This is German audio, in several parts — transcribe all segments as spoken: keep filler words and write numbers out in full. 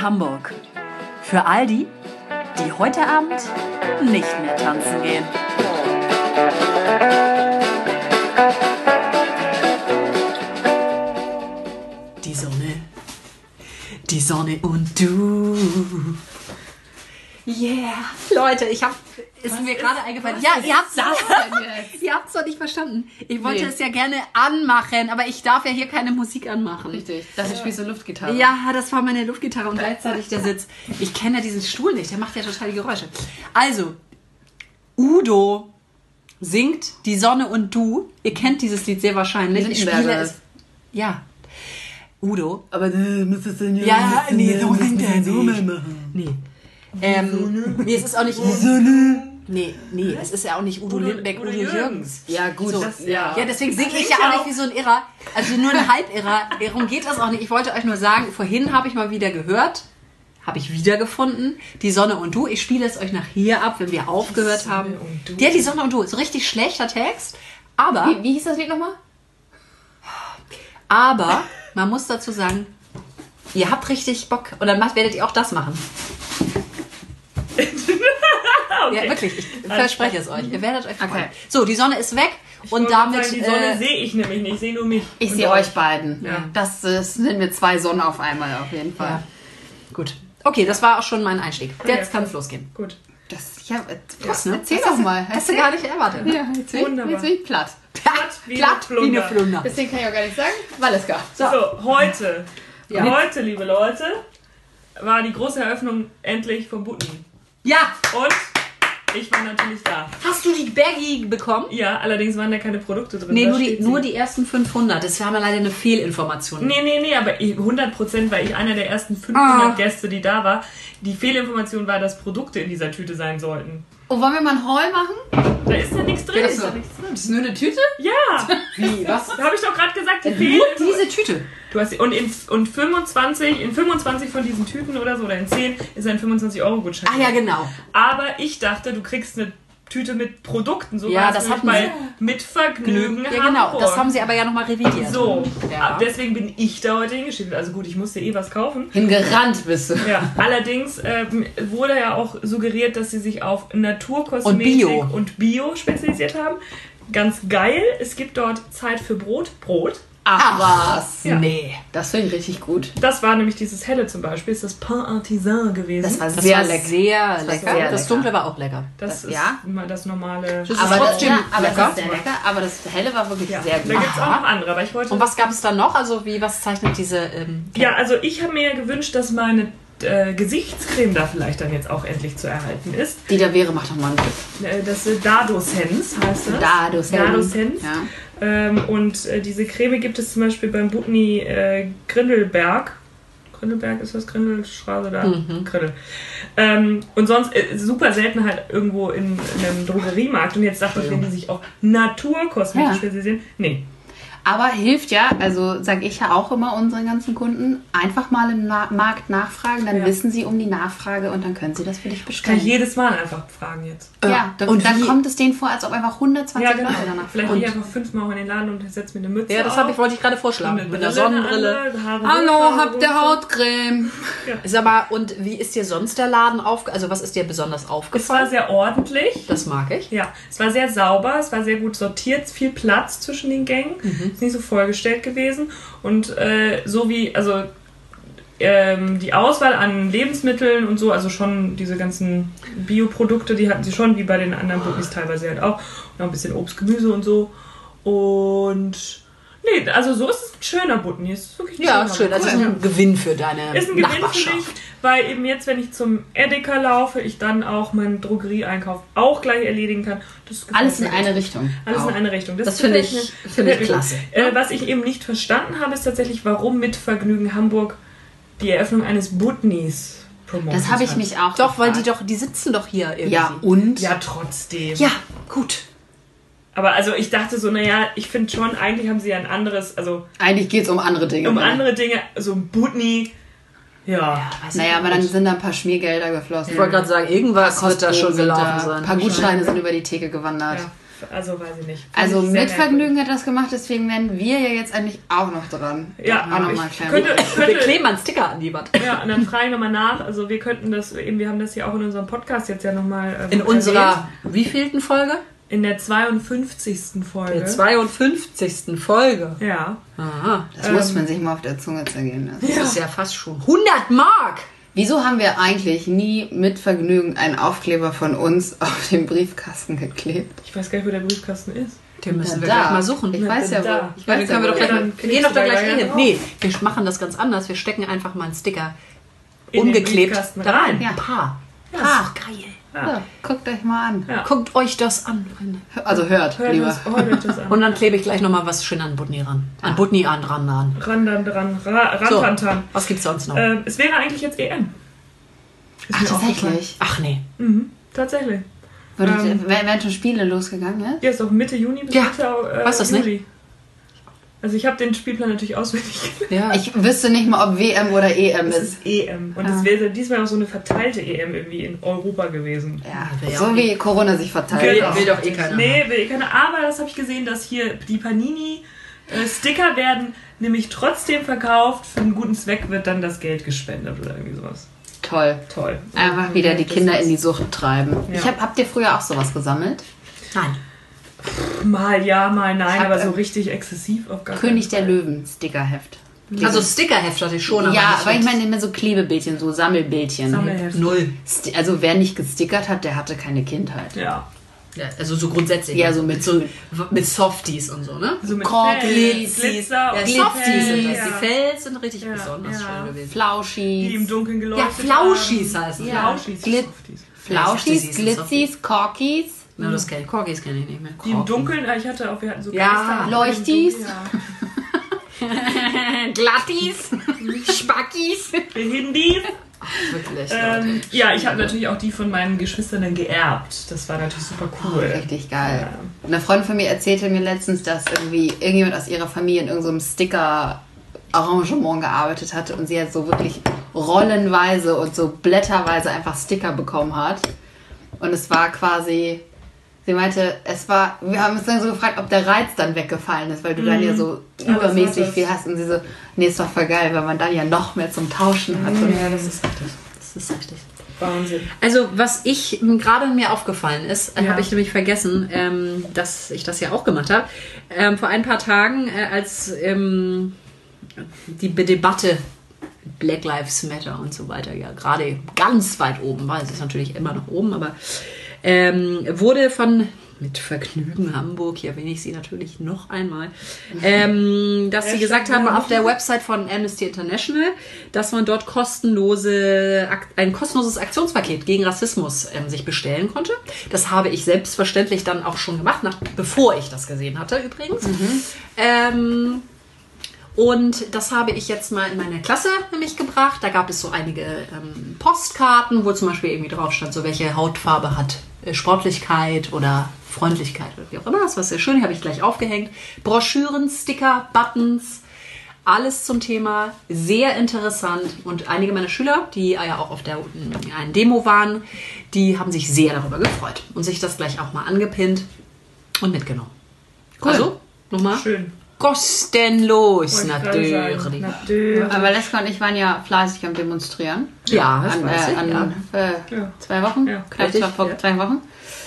Hamburg. Für all die, die heute Abend nicht mehr tanzen gehen. Die Sonne, die Sonne und du. Yeah. Leute, ich hab, ist was mir gerade eingefallen. Ja, ihr habt's ihr habt's doch nicht verstanden. Ich wollte nee. es ja gerne anmachen, aber ich darf ja hier keine Musik anmachen. Richtig. Das ist wie so Luftgitarre. Ja, das war meine Luftgitarre und gleichzeitig der Sitz. Ich kenne ja diesen Stuhl nicht, der macht ja total die Geräusche. Also, Udo singt Die Sonne und du. Ihr kennt dieses Lied sehr wahrscheinlich. Ich spiele es. Ja. Udo. Aber äh, müsste es denn ja. Ja, nee, so singt er nicht. Nee. Ähm, nee, es ist auch nicht. Nee, nee, es ist ja auch nicht Udo Lindenberg, Udo Jürgens. Ja, gut. So, das, ja. ja, deswegen singe ich ja auch nicht wie so ein Irrer. Also nur ein Halbirrer. Darum geht das auch nicht. Ich wollte euch nur sagen, vorhin habe ich mal wieder gehört, habe ich wiedergefunden, Die Sonne und du. Ich spiele es euch nach hier ab, wenn wir aufgehört haben. Ja, Die Sonne und du. Ist richtig schlechter Text. Aber. Wie, wie hieß das Lied nochmal? Aber, man muss dazu sagen, ihr habt richtig Bock. Und dann werdet ihr auch das machen. Okay. Ja, wirklich, ich verspreche es euch. Ihr werdet euch freuen. Okay. So, die Sonne ist weg ich und damit... Sagen, die Sonne äh, sehe ich nämlich nicht, ich sehe nur mich. Ich sehe euch beiden. Ja. Das, das sind wir zwei Sonnen auf einmal auf jeden Fall. Ja. Gut. Okay, das war auch schon mein Einstieg. Jetzt ja, kann es losgehen. Gut. Das, ja, Krass, ne? Erzähl doch mal. Hast du gar nicht erwartet. Ne? Ja, jetzt bin, jetzt bin ich platt. Platt wie, platt wie eine Flunder. Deswegen kann ich auch gar nicht sagen, Valeska. So, so heute, ja. heute, liebe Leute, war die große Eröffnung endlich vom Butni. Ja. Und ich war natürlich da. Hast du die Baggy bekommen? Ja, allerdings waren da keine Produkte drin. Nee, nur die, nur die ersten fünfhundert. Das haben wir leider eine Fehlinformation. Nee, nee, nee, aber hundert Prozent war ich einer der ersten fünfhundert ah. Gäste, die da war. Die Fehlinformation war, dass Produkte in dieser Tüte sein sollten. Oh, wollen wir mal einen Haul machen? Da ist ja nichts drin. Ja, das, ist ja nichts drin. Das ist nur eine Tüte? Ja. Wie? Was? Da habe ich doch gerade gesagt. Die nur diese Tüte? Du hast, und in, und fünfundzwanzig, in fünfundzwanzig von diesen Tüten oder so, oder in zehn, ist ein fünfundzwanzig Euro Gutschein. Ah ja, genau. Aber ich dachte, du kriegst eine Tüte mit Produkten, so ja, das hat bei mit Vergnügen ja, genau, Hamburg. Das haben sie aber ja nochmal revidiert. So, ja. Deswegen bin ich da heute hingeschickt. Also gut, ich musste eh was kaufen. Hingerannt bist du. Ja, allerdings ähm, wurde ja auch suggeriert, dass sie sich auf Naturkosmetik und Bio. und Bio spezialisiert haben. Ganz geil, es gibt dort Zeit für Brot. Brot. Ach was? Ja. Nee. Das finde ich richtig gut. Das war nämlich dieses helle zum Beispiel, ist das Pain Artisan gewesen. Das war das sehr war lecker. Sehr das lecker. Sehr das lecker. Dunkle war auch lecker. Das, das ist ja. das normale. Das aber, das, ja, aber lecker. das ist sehr lecker. Aber das helle war wirklich ja. sehr gut. Da gibt es auch noch andere. Aber ich wollte Und was gab es da noch? Also wie, was zeichnet diese... Ähm, ja, also ich habe mir ja gewünscht, dass meine äh, Gesichtscreme da vielleicht dann jetzt auch endlich zu erhalten ist. Die da wäre, macht doch mal einen Tipp. Das ist Dado-Sense, heißt das. Dado-Sense. Dado-Sense. Ja. Ähm, und äh, diese Creme gibt es zum Beispiel beim Butni äh, Grindelberg. Grindelberg ist das Grindelstraße da? Mhm. Grindel. Ähm, und sonst äh, super selten halt irgendwo in, in einem Drogeriemarkt. Und jetzt dachte ich, wenn die sich auf Naturkosmetik ja. spezialisieren. Nee. Aber hilft ja, also sage ich ja auch immer unseren ganzen Kunden, einfach mal im Na- Markt nachfragen, dann ja. wissen sie um die Nachfrage und dann können sie das für dich bestellen. Kann ich jedes Mal einfach fragen jetzt. Ja, äh, und dann kommt es denen vor, als ob einfach hundertzwanzig ja, genau. Leute danach Vielleicht gehe ich einfach fünfmal auch in den Laden und setze mir eine Mütze Ja, das auf. ich, wollte ich gerade vorschlagen. Mit, mit einer Sonnenbrille. Hallo, habt ihr Hautcreme? Ja. Ist aber, und wie ist dir sonst der Laden aufgefallen? Also was ist dir besonders aufgefallen? Es war sehr ordentlich. Das mag ich. Ja, es war sehr sauber, es war sehr gut sortiert, viel Platz zwischen den Gängen. Mhm. Ist nicht so vollgestellt gewesen und äh, so wie, also ähm, die Auswahl an Lebensmitteln und so, also schon diese ganzen Bioprodukte, die hatten sie schon, wie bei den anderen Butnis teilweise halt auch. Und auch ein bisschen Obst, Gemüse und so. Und nee, also so ist es ein schöner Butni. Ist wirklich ein ja, schön. Also cool. Ist ein Gewinn für deine ist ein Gewinn für mich, weil eben jetzt, wenn ich zum Edeka laufe, ich dann auch meinen Drogerieeinkauf auch gleich erledigen kann. Das Alles in eine Richtung. Alles auch. in eine Richtung. Das, das finde ich, find ich klasse. Äh, was ich eben nicht verstanden habe, ist tatsächlich, warum mit Vergnügen Hamburg die Eröffnung eines Butnis promotet. Das habe ich mich auch Doch, gefragt. weil die doch, die sitzen doch hier irgendwie. Ja, und? Ja, trotzdem. Ja, gut. Aber also ich dachte so, naja, ich finde schon, eigentlich haben sie ja ein anderes, also... Eigentlich geht es um andere Dinge. Um oder? andere Dinge, so ein Butni... Ja, ja naja, aber dann sind da ein paar Schmiergelder geflossen. Ich wollte gerade sagen, irgendwas wird da schon gelaufen sein. Ein paar Gutscheine sind über die Theke gewandert. Ja. Also weiß ich nicht. Fand Also ich sehr mit Vergnügen hat das gemacht, deswegen werden wir ja jetzt eigentlich auch noch dran. Ja, auch noch ich mal klären. könnte, ich könnte, Wir kleben einen Sticker an die Wand. Ja, und dann frage ich nochmal nach. Also wir könnten das, eben, wir haben das ja auch in unserem Podcast jetzt ja nochmal ähm, In unserer erwähnt. wievielten Folge? In der zweiundfünfzigsten Folge. Der zweiundfünfzigsten Folge. Ja. Aha. Das muss man sich mal auf der Zunge zergehen lassen. Das ist ja fast schon hundert Mark. Wieso haben wir eigentlich nie mit Vergnügen einen Aufkleber von uns auf den Briefkasten geklebt? Ich weiß gar nicht, wo der Briefkasten ist. Den müssen wir Da. gleich mal suchen. Ich weiß ja Da. wohl. Ich Ja, weiß den können wir ja doch wohl. gleich Ja, mal. dann Wir klebst gehen du doch da da gleich gleich hin. drauf. Nee, wir machen das ganz anders. Wir stecken einfach mal einen Sticker In den ungeklebt Briefkasten da rein. rein. Ja. Ein paar. Ja. Ah, geil. Ja, guckt euch mal an. Ja. Guckt euch das an, Freunde. Also hört, Hört, lieber. das, hört euch das an. Und dann klebe ich gleich nochmal was schön an Butni ran. An Butni an, ran, ran. Ran, dann dran, ra, So, rantantan. was gibt's sonst noch? Ähm, es wäre eigentlich jetzt E M. Ist Ach, mir aufgefallen. tatsächlich. Ach nee. Mhm, tatsächlich. Würde ich- Ähm, wär- Wären schon Spiele losgegangen, ja? Ja, ist doch Mitte Juni bis Ja, Mitte äh, weiß das Juli. Also ich habe den Spielplan natürlich auswendig gelernt. Ja. Ich wüsste nicht mal, ob W M oder E M Es ist. ist E M. Und Ja. es wäre diesmal auch so eine verteilte E M irgendwie in Europa gewesen. Ja, will ja auch so wie Corona sich verteilt. Will- hat. will doch eh keiner Nee, will eh keiner. Aber das habe ich gesehen, dass hier die Panini-Sticker werden nämlich trotzdem verkauft. Für einen guten Zweck wird dann das Geld gespendet oder irgendwie sowas. Toll. Toll. Einfach wieder die Das Kinder ist- in die Sucht treiben. Ja. Ich hab, habt ihr früher auch sowas gesammelt? Nein. Mal ja, mal nein, Ich hab, aber so ähm, richtig exzessiv auf gar König der keinen Fall. Löwen Stickerheft. Also Stickerheft hatte ich schon, aber ja, nicht aber ich mit- meine immer so Klebebildchen, so Sammelbildchen. Sammelheft. null. Sti- Also wer nicht gestickert hat, der hatte keine Kindheit. Ja. Ja, also so grundsätzlich. Ja, so mit so mit Softies und so, ne? So mit Korklis, Fell, Glitzer Ja, und Softies sind das. Ja. Die Fells sind richtig Ja, besonders ja. schön gewesen. Die im Flauschis, Dunkeln Ja, geleuchtet Flauschis haben. heißen. Ja. Flauschis. Glit- Softies. Flauschis, Ja, Glitzis, Korkis, Na, das kenne ich. Corgis kenne ich nicht mehr. Die im Dunkeln, äh, ich hatte auch, wir hatten so Ja, Geister- Leuchtis. Ja. Glattis, Spackis. Behindis. Wirklich, Ähm, Leute. ja, ich habe natürlich auch die von meinen Geschwistern dann geerbt. Das war natürlich super cool. Richtig geil. Ja. Eine Freundin von mir erzählte mir letztens, dass irgendwie irgendjemand aus ihrer Familie in irgendeinem Sticker-Arrangement gearbeitet hatte und sie halt so wirklich rollenweise und so blätterweise einfach Sticker bekommen hat. Und es war quasi, sie meinte, es war, wir haben uns dann so gefragt, ob der Reiz dann weggefallen ist, weil du dann ja so übermäßig hattest. viel hast. Und sie so, nee, ist doch voll geil, weil man dann ja noch mehr zum Tauschen hat. Und Ja, das ist richtig. Das ist richtig. Wahnsinn. Also, was ich m, gerade mir aufgefallen ist, äh, Ja. habe ich nämlich vergessen, ähm, dass ich das ja auch gemacht habe. Ähm, vor ein paar Tagen, äh, als ähm, die Be- Debatte Black Lives Matter und so weiter ja gerade ganz weit oben war, es ist natürlich immer noch oben, aber ähm, wurde von mit Vergnügen Hamburg, hier erwähne ich sie natürlich noch einmal, ähm, dass sie Hashtag gesagt haben Werbung. auf der Website von Amnesty International, dass man dort kostenlose Ak- ein kostenloses Aktionspaket gegen Rassismus ähm, sich bestellen konnte. Das habe ich selbstverständlich dann auch schon gemacht, nach, bevor ich das gesehen hatte übrigens. Ähm, und das habe ich jetzt mal in meine Klasse nämlich gebracht. Da gab es so einige ähm, Postkarten, wo zum Beispiel irgendwie drauf stand, so welche Hautfarbe hat äh, Sportlichkeit oder Freundlichkeit oder wie auch immer. Das war sehr schön, die habe ich gleich aufgehängt. Broschüren, Sticker, Buttons, alles zum Thema. Sehr interessant. Und einige meiner Schüler, die ja auch auf der in einer Demo waren, die haben sich sehr darüber gefreut und sich das gleich auch mal angepinnt und mitgenommen. Cool. Also, nochmal. Schön. Kostenlos, Wollte ich gerade sagen. natürlich. Natürlich. Aber Leska und ich waren ja fleißig am Demonstrieren. Ja, das An, weiß äh, ich, an ja. äh, Ja. zwei Wochen, Ja. knapp Richtig, zwei, vor ja. zwei Wochen.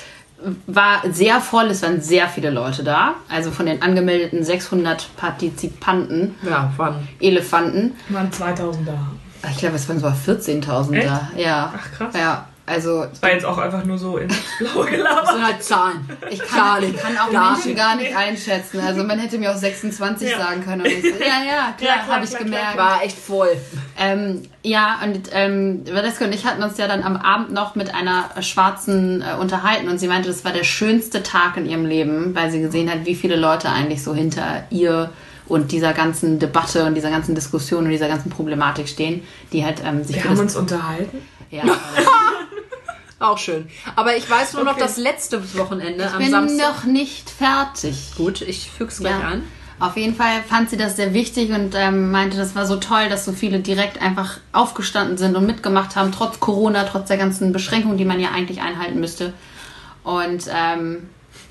War sehr voll, es waren sehr viele Leute da. Also von den angemeldeten sechshundert Partizipanten, Ja, waren Es Elefanten. waren zweitausend da. Ich glaube, es waren sogar vierzehntausend Echt? da. Ja. Ach, krass. Ja, also Das war jetzt auch einfach nur so ins Blaue das gelabert. sind halt Zahlen. ich kann, Zahlen. ich kann auch Daten. Menschen gar nicht einschätzen. Also man hätte mir auch sechsundzwanzig Ja. sagen können. Und ich so, ja, ja, klar, Ja, klar, habe ich klar, gemerkt. War echt voll. Ähm, ja, und ähm, Valeska und ich hatten uns ja dann am Abend noch mit einer Schwarzen äh, unterhalten und sie meinte, das war der schönste Tag in ihrem Leben, weil sie gesehen hat, wie viele Leute eigentlich so hinter ihr und dieser ganzen Debatte und dieser ganzen Diskussion und dieser ganzen Problematik stehen, die halt ähm, sich Wir für haben das- uns unterhalten. ja, Auch schön. Aber ich weiß nur noch Okay. das letzte Wochenende ich am bin Samstag. noch nicht fertig. Gut, ich füg's gleich Ja. an. Auf jeden Fall fand sie das sehr wichtig und ähm, meinte, das war so toll, dass so viele direkt einfach aufgestanden sind und mitgemacht haben, trotz Corona, trotz der ganzen Beschränkungen, die man ja eigentlich einhalten müsste. Und ähm,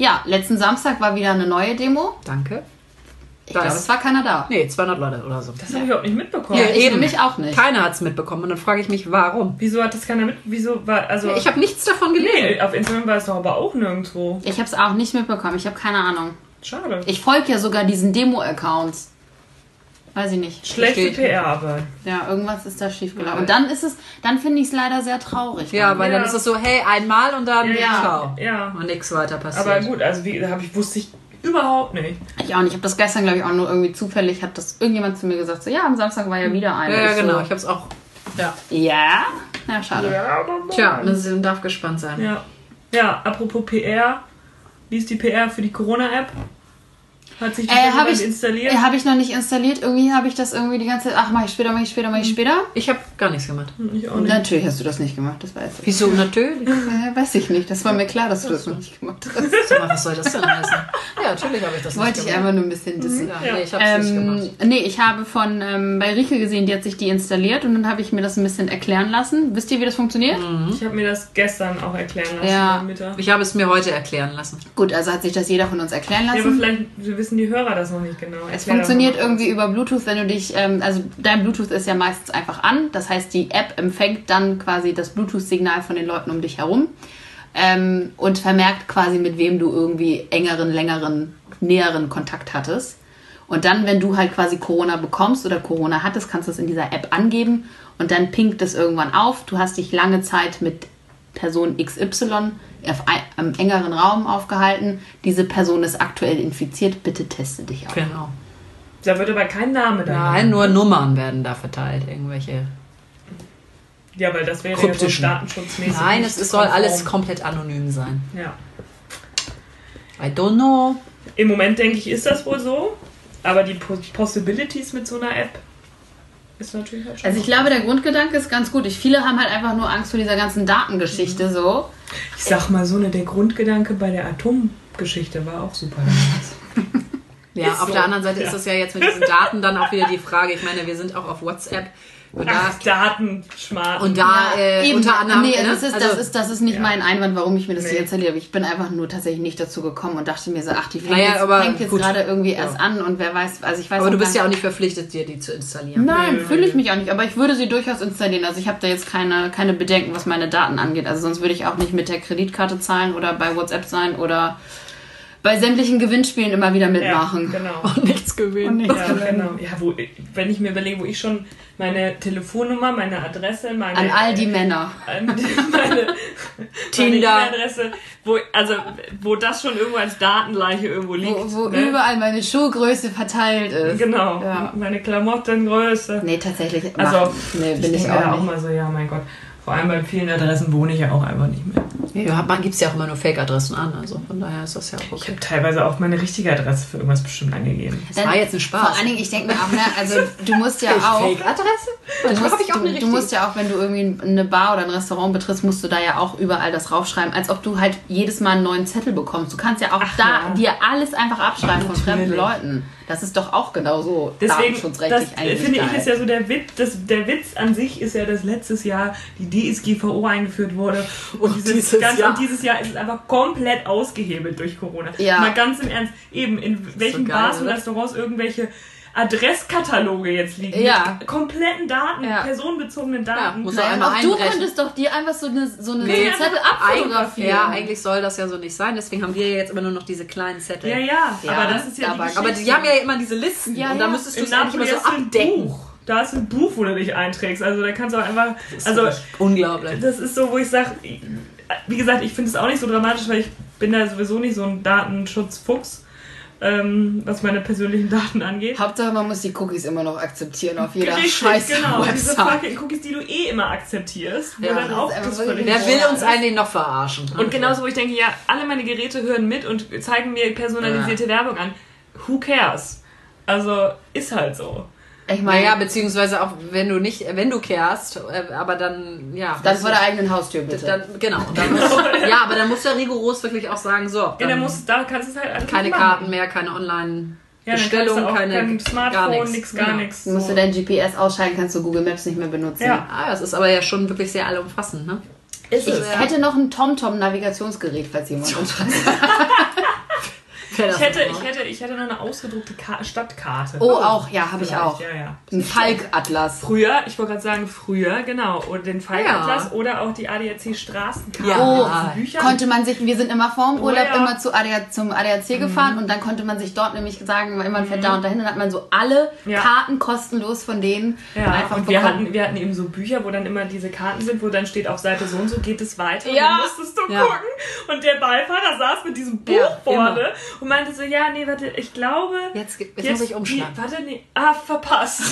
Ja, letzten Samstag war wieder eine neue Demo. Danke. Ich glaube, es war keiner da. Nee, zweihundert Leute oder so. Das habe ich auch nicht mitbekommen. Ja, ich eben. nämlich auch nicht. Keiner hat es mitbekommen. Und dann frage ich mich, warum? Wieso hat das keiner mit? Wieso war, also... Ich habe nichts davon gelesen. Nee, auf Instagram war es doch aber auch nirgendwo. Ich habe es auch nicht mitbekommen. Ich habe keine Ahnung. Schade. Ich folge ja sogar diesen Demo-Accounts. Weiß ich nicht. Schlechte Verstehe ich P R-Arbeit. Ja, irgendwas ist da schiefgelaufen. Ja. Und dann ist es, dann finde ich es leider sehr traurig. Ja, dann. weil Ja. dann ist es so, hey, einmal und dann Ja. ciao. Ja. Und nichts weiter passiert. Aber gut, also wie, da hab ich, wusste ich überhaupt nicht. Ich auch nicht. Ich habe das gestern, glaube ich, auch nur irgendwie zufällig, hat das irgendjemand zu mir gesagt, so, ja, am Samstag war ja wieder eine. Ja, ja, Ich genau. So, Ich habe es auch. Ja. ja? Ja, schade. Ja, Tja, man darf gespannt sein. Ja. Ja, apropos P R. Wie ist die P R für die Corona-App? Hat sich die Äh, schon habe jemand ich, installiert? äh, hab ich noch nicht installiert. Irgendwie habe ich das irgendwie die ganze Zeit, ach, mach ich später, mach ich später, mach ich später. Ich habe gar nichts gemacht. Ich auch nicht. Natürlich hast du das nicht gemacht, das weiß ich. Wieso? Natürlich. Äh, weiß ich nicht. Das war mir klar, dass du das noch nicht gemacht hast. Sag mal, was soll das denn heißen? Ja, natürlich habe ich das Wollte nicht ich gemacht. einfach nur ein bisschen dissen. Ja, Ja. nee, ich habe es nicht Ähm, gemacht. nee, ich habe von ähm, bei Rike gesehen, die hat sich die installiert und dann habe ich mir das ein bisschen erklären lassen. Wisst ihr, wie das funktioniert? Ich habe mir das gestern auch erklären lassen. Ja. am Mittag. Ich habe es mir heute erklären lassen. Gut, also hat sich das jeder von uns erklären Ja, aber lassen. vielleicht wissen die Hörer das noch nicht genau. Es Erklär doch funktioniert mal. irgendwie über Bluetooth, wenn du dich, ähm, also dein Bluetooth ist ja meistens einfach an. Das heißt, die App empfängt dann quasi das Bluetooth-Signal von den Leuten um dich herum ähm, und vermerkt quasi, mit wem du irgendwie engeren, längeren, näheren Kontakt hattest. Und dann, wenn du halt quasi Corona bekommst oder Corona hattest, kannst du es in dieser App angeben und dann pinkt es irgendwann auf. Du hast dich lange Zeit mit Person X Y auf einem engeren Raum aufgehalten. Diese Person ist aktuell infiziert. Bitte teste dich auch. Genau. Da wird aber kein Name da. Nein, nur Nummern werden da verteilt. Irgendwelche. Ja, weil das wäre Kryptischen. ja so datenschutzmäßig. Nein, nicht es, es soll konform. alles komplett anonym sein. Ja. I don't know. Im Moment denke ich, ist das wohl so. Aber die Pos- Possibilities mit so einer App ist natürlich halt schon. Also ich glaube, der Grundgedanke ist ganz gut. Ich, viele haben halt einfach nur Angst vor dieser ganzen Datengeschichte so. Ich sag mal so, ne, der Grundgedanke bei der Atomgeschichte war auch super. Ja, Ist auf so. der anderen Seite Ja. ist es ja jetzt mit diesen Daten dann auch wieder die Frage. Ich meine, wir sind auch auf WhatsApp. Und da, Ach, Datenschmarten. und da äh, Eben. unter anderem. Nee, ne? das, ist, also, das, ist, das ist nicht ja. mein Einwand, warum ich mir das Nee. hier installiert habe. Ich bin einfach nur tatsächlich nicht dazu gekommen und dachte mir so, ach, die fängt Naja, jetzt, aber fängt jetzt gut. gerade irgendwie Ja. erst an und wer weiß, also ich weiß aber auch du bist gar ja auch nicht verpflichtet, dir die zu installieren. Nein, Nee, fühle ich nee. mich auch nicht, aber ich würde sie durchaus installieren. Also ich habe da jetzt keine, keine Bedenken, was meine Daten angeht. Also sonst würde ich auch nicht mit der Kreditkarte zahlen oder bei WhatsApp sein oder bei sämtlichen Gewinnspielen immer wieder Ja, mitmachen. genau. Und nichts gewinnen. nichts Ja, genau. Ja, wo, wenn ich mir überlege, wo ich schon meine Telefonnummer, meine Adresse, meine... An all die Männer. an die- meine Tinder. meine E-Mail-Adresse, wo, also, wo das schon irgendwo als Datenleiche irgendwo liegt. Wo, wo ne? überall meine Schuhgröße verteilt ist. Genau, Ja. meine Klamottengröße. Nee, tatsächlich. Also, mach- nee, bin ich, denke auch mir nicht. auch mal so, ja, mein Gott. Vor allem bei vielen Adressen wohne ich ja auch einfach nicht mehr. Ja, man gibt es ja auch immer nur Fake-Adressen an. Also von daher ist das ja auch Ich okay. habe teilweise auch meine richtige Adresse für irgendwas bestimmt angegeben. Das war jetzt ein Spaß. Vor allen Dingen, ich denke mir auch, ne, also du musst ja auch. Fake-Adresse? Du Manchmal musst, habe ich auch eine du, du richtige. musst ja auch, wenn du irgendwie eine Bar oder ein Restaurant betrittst, musst du da ja auch überall das raufschreiben, als ob du halt jedes Mal einen neuen Zettel bekommst. Du kannst ja auch Ach da ja. dir alles einfach abschreiben von fremden Natürlich. Leuten. Das ist doch auch genauso Deswegen, das datenschutzrechtlich eigentlich finde ich, geil. ist ja so der Witz, das, der Witz an sich ist ja, dass letztes Jahr die D S G V O eingeführt wurde und, Und dieses, dieses ganz, Jahr. und dieses Jahr ist es einfach komplett ausgehebelt durch Corona. Ja. Mal ganz im Ernst, eben in welchen geil, Bars und oder? Restaurants irgendwelche Adresskataloge jetzt liegen. Ja. Mit kompletten Daten, Ja. personenbezogenen Ja, Daten. muss Naja, einmal auch du einrechnen. könntest doch dir einfach so eine, so eine Nee. Zettel abfotografieren. Ja, eigentlich soll das ja so nicht sein. Deswegen haben wir ja jetzt immer nur noch diese kleinen Zettel. ja, ja, Ja, aber das ist ja aber, die aber Geschichte. die haben ja immer diese Listen. Ja, und da ja. müsstest du In es eigentlich immer Napoli so hast du ein abdecken. Buch. Da ist ein Buch, wo du dich einträgst. Also da kannst du auch einfach... Also Unglaublich. das ist so, wo ich sage, wie gesagt, ich finde es auch nicht so dramatisch, weil ich bin da sowieso nicht so ein Datenschutzfuchs, ähm, was meine persönlichen Daten angeht. Hauptsache, man muss die Cookies immer noch akzeptieren auf jeder Richtig, scheiß genau. Diese Website. fucking Cookies, die du eh immer akzeptierst, wo Ja, dann das auch ist einfach das wirklich- völlig Wer will normal uns ist. eigentlich noch verarschen? Und genauso, wo ich denke, ja, alle meine Geräte hören mit und zeigen mir personalisierte Werbung an. Who cares? Also, ist halt so. Ich meine, Naja, beziehungsweise auch wenn du nicht, wenn du kehrst, äh, aber dann, ja. dann vor der eigenen Haustür, bitte. Dann, genau. Und dann musst, ja, aber dann musst du ja rigoros wirklich auch sagen, so, Ja, dann dann musst, da kannst du es halt alles keine machen. Karten mehr, keine Online- Ja, dann kannst Bestellung, du auch keine kein gar Smartphone, nichts. nichts, gar Genau. nichts. Musst du dein G P S ausschalten, kannst du Google Maps nicht mehr benutzen. Ja. Ah, das ist aber ja schon wirklich sehr allumfassend, ne? Ist Ich es. hätte noch ein TomTom-Navigationsgerät, falls jemand Interesse hat. Ich hätte, ich, hätte, ich hätte noch eine ausgedruckte Ka- Stadtkarte. Oh, auch, ja, habe ich auch. Ja, ja. Ein Falk-Atlas. Früher, ich wollte gerade sagen, früher, genau. Oder den Falk-Atlas Ja. oder auch die A D A C-Straßenkarte. Ja. Oh, Diese Bücher. konnte man sich, wir sind immer vorm Oh, Urlaub ja. immer zu A D A, zum A D A C gefahren und dann konnte man sich dort nämlich sagen, weil man fährt da und dahin, dann hat man so alle Ja. Karten kostenlos von denen Ja, einfach und wir bekommen. hatten, wir hatten eben so Bücher, wo dann immer diese Karten sind, wo dann steht auf Seite so und so geht es weiter. Und Ja. dann musstest du Ja. gucken. Und der Beifahrer saß mit diesem Buch Ja, vorne und meinte so, ja, nee, warte, ich glaube... Jetzt, jetzt, muss ich umschlagen. Die, warte, nee, ah, verpasst.